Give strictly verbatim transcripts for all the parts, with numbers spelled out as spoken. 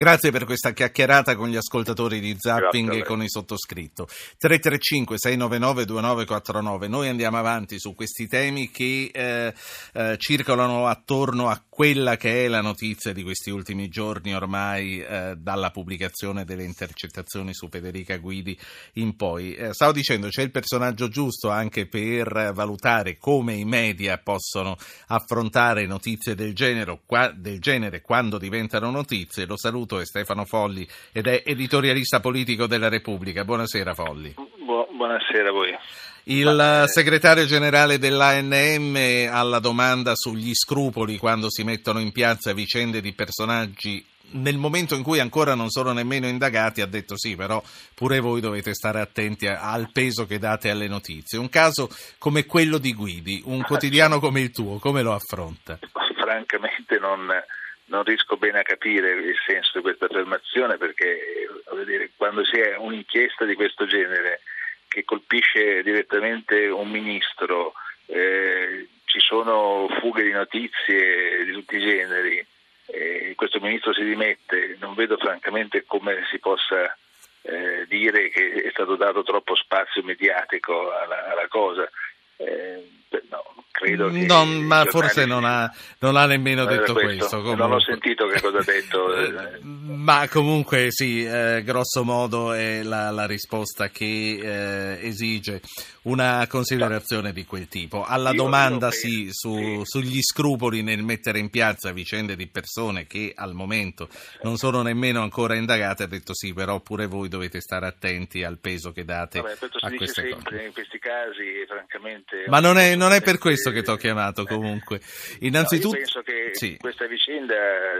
Grazie per questa chiacchierata con gli ascoltatori di Zapping Grazie e con il sottoscritto. tre tre cinque sei nove nove due nove quattro nove. Noi andiamo avanti su questi temi che eh, eh, circolano attorno a quella che è la notizia di questi ultimi giorni ormai eh, dalla pubblicazione delle intercettazioni su Federica Guidi in poi. Eh, stavo dicendo, c'è il personaggio giusto anche per valutare come i media possono affrontare notizie del genere, qua, del genere quando diventano notizie. Lo saluto, è Stefano Folli ed è editorialista politico della Repubblica. Buonasera Folli. Bu- buonasera a voi. Il Ma, eh, segretario generale dell'A N M alla domanda sugli scrupoli quando si mettono in piazza vicende di personaggi nel momento in cui ancora non sono nemmeno indagati ha detto sì, però pure voi dovete stare attenti al peso che date alle notizie. Un caso come quello di Guidi, un quotidiano come il tuo, come lo affronta? Francamente non... Non riesco bene a capire il senso di questa affermazione, perché voglio dire, quando si ha un'inchiesta di questo genere che colpisce direttamente un ministro, eh, ci sono fughe di notizie di tutti i generi, eh, questo ministro si dimette, non vedo francamente come si possa eh, dire che è stato dato troppo spazio mediatico alla, alla cosa. Eh, no, credo che no, ma forse giornali... non ha, non ha nemmeno non detto questo. questo. Comunque. Non ho sentito che cosa ha detto. Eh, ma comunque sì, eh, grosso modo è la, la risposta che eh, esige una considerazione di quel tipo. Alla io, domanda io sì, su, sì. sugli scrupoli nel mettere in piazza vicende di persone che al momento non sono nemmeno ancora indagate, ha detto sì, però pure voi dovete stare attenti al peso che date. Vabbè, questo si a dice queste sempre cose. In questi casi, francamente. Ma non è, non è per questo che ti ho chiamato comunque. Innanzitutto, no, io penso che sì. questa vicenda,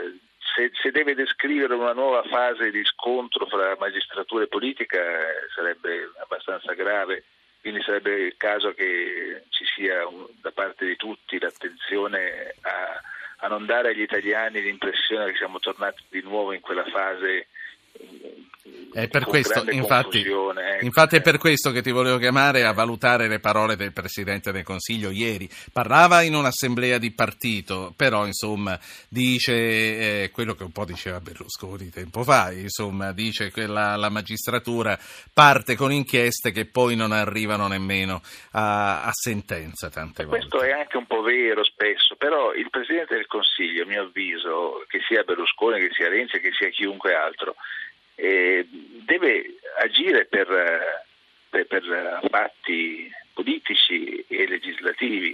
se, se deve descrivere una nuova fase di scontro fra magistratura e politica, sarebbe abbastanza grave. Quindi sarebbe il caso che ci sia un, da parte di tutti l'attenzione a, a non dare agli italiani l'impressione che siamo tornati di nuovo in quella fase. È per questo, infatti, ecco. infatti è per questo che ti volevo chiamare a valutare le parole del Presidente del Consiglio ieri. Parlava in un'assemblea di partito, però insomma dice eh, quello che un po' diceva Berlusconi tempo fa, insomma dice che la, la magistratura parte con inchieste che poi non arrivano nemmeno a, a sentenza tante volte. Questo è anche un po' vero spesso, però il Presidente del Consiglio, a mio avviso, che sia Berlusconi, che sia Renzi, che sia chiunque altro, Eh, deve agire per, per, per fatti politici e legislativi.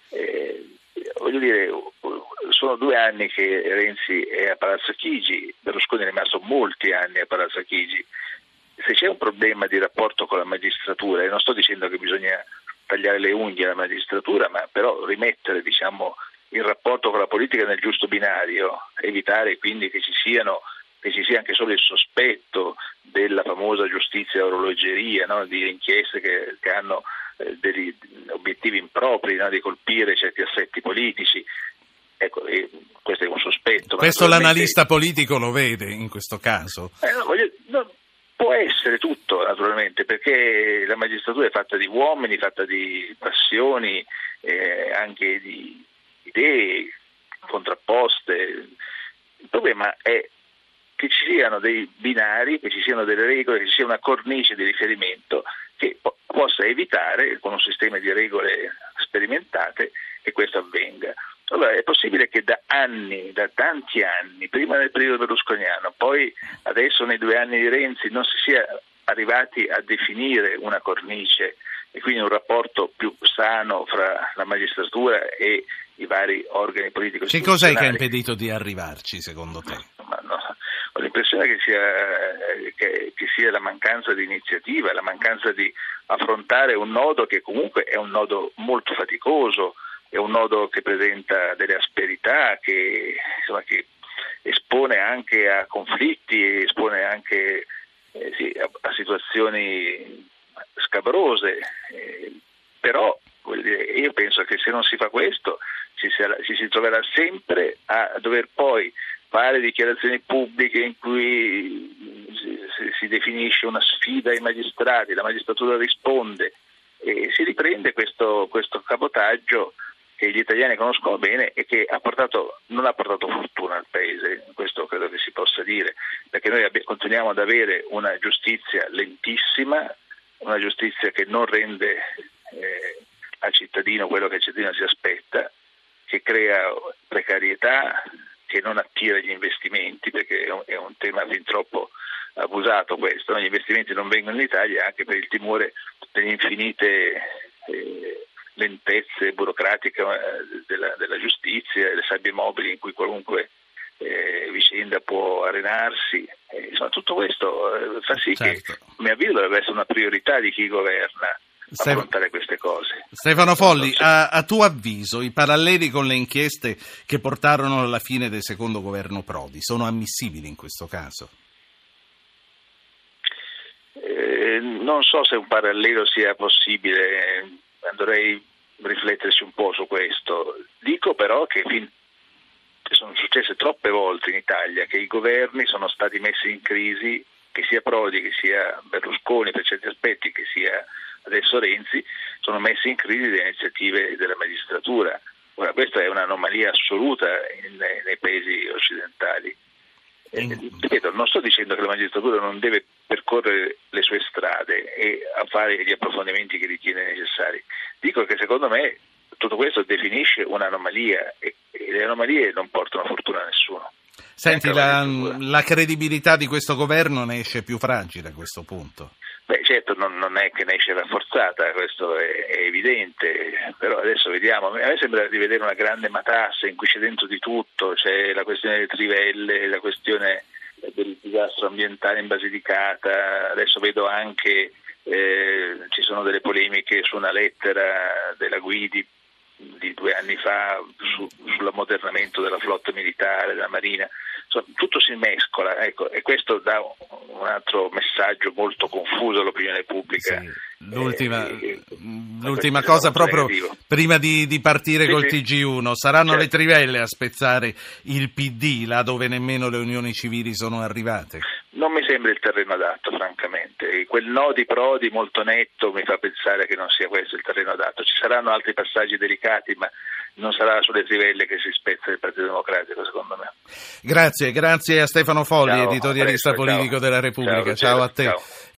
Eh, voglio dire, sono due anni che Renzi è a Palazzo Chigi, Berlusconi è rimasto molti anni a Palazzo Chigi. Se c'è un problema di rapporto con la magistratura, e non sto dicendo che bisogna tagliare le unghie alla magistratura, ma però rimettere, diciamo, il rapporto con la politica nel giusto binario, evitare quindi che ci siano che ci sia anche solo il sospetto della famosa giustizia orologeria, no? Di inchieste che, che hanno eh, degli obiettivi impropri, no? Di colpire certi assetti politici. Ecco, eh, questo è un sospetto. Questo l'analista politico lo vede in questo caso? Eh, no, voglio, no, può essere tutto, naturalmente, perché la magistratura è fatta di uomini, fatta di passioni, eh, anche di idee contrapposte. Il problema è che ci siano dei binari, che ci siano delle regole, che ci sia una cornice di riferimento che po- possa evitare, con un sistema di regole sperimentate, che questo avvenga. Allora è possibile che da anni, da tanti anni, prima del periodo berlusconiano, poi adesso nei due anni di Renzi, non si sia arrivati a definire una cornice e quindi un rapporto più sano fra la magistratura e i vari organi politico-istituzionali. Che cos'è che ha impedito di arrivarci, secondo te? Ma no, ho l'impressione che sia, che, che sia la mancanza di iniziativa, la mancanza di affrontare un nodo che comunque è un nodo molto faticoso, è un nodo che presenta delle asperità, che, insomma, che espone anche a conflitti, espone anche eh, sì, a, a situazioni scabrose, eh, però voglio dire, io penso che se non si fa questo ci, sarà, ci si troverà sempre a dover poi fare dichiarazioni pubbliche in cui si, si definisce una sfida ai magistrati, la magistratura risponde e si riprende questo, questo cabotaggio che gli italiani conoscono bene e che ha portato, non ha portato fortuna al paese, questo credo che si possa dire. dire, perché noi abbi- continuiamo ad avere una giustizia lentissima, una giustizia che non rende eh, al cittadino quello che il cittadino si aspetta, che crea precarietà, che non attira gli investimenti, perché è un, è un tema fin troppo abusato questo, no? Gli investimenti non vengono in Italia anche per il timore delle infinite eh, lentezze burocratiche eh, della, della giustizia, le sabbie mobili in cui qualunque eh, vicenda può arenarsi. Eh, insomma, tutto questo eh, fa sì certo. che, a mio avviso, dovrebbe essere una priorità di chi governa affrontare queste cose. Stefano Folli, a, a tuo avviso i paralleli con le inchieste che portarono alla fine del secondo governo Prodi sono ammissibili in questo caso? Eh, non so se un parallelo sia possibile, dovrei rifletterci un po' su questo. Dico però che fin sono successe troppe volte in Italia che i governi sono stati messi in crisi, che sia Prodi, che sia Berlusconi per certi aspetti, che sia adesso Renzi, sono messi in crisi le iniziative della magistratura. Ora, questa è un'anomalia assoluta in, nei paesi occidentali. Eh, ripeto, non sto dicendo che la magistratura non deve percorrere le sue strade e a fare gli approfondimenti che ritiene necessari. Dico che secondo me tutto questo definisce un'anomalia e, e le anomalie non portano fortuna a nessuno. Senti, la, la credibilità di questo governo ne esce più fragile a questo punto? Beh, certo, non, non è che ne esce rafforzata, questo è, è evidente, però adesso vediamo. A me sembra di vedere una grande matassa in cui c'è dentro di tutto, c'è la questione delle trivelle, la questione del disastro ambientale in Basilicata, adesso vedo anche eh, ci sono delle polemiche su una lettera della Guidi di due anni fa su, sull'ammodernamento della flotta militare, della marina. Insomma, tutto si mescola, ecco, e questo dà un altro messaggio molto confuso all'opinione pubblica. Sì, l'ultima eh, l'ultima cosa proprio negativo. Prima di, di partire sì, col sì. T G uno, saranno certo. le trivelle a spezzare il P D là dove nemmeno le unioni civili sono arrivate? Non mi sembra il terreno adatto, francamente. Quel no di Prodi molto netto mi fa pensare che non sia questo il terreno adatto. Ci saranno altri passaggi delicati, ma non sarà sulle trivelle che si spezza il Partito Democratico, secondo me. Grazie, grazie a Stefano Folli, ciao, editorialista presto, politico ciao. della Repubblica. Ciao, ciao a te. Ciao.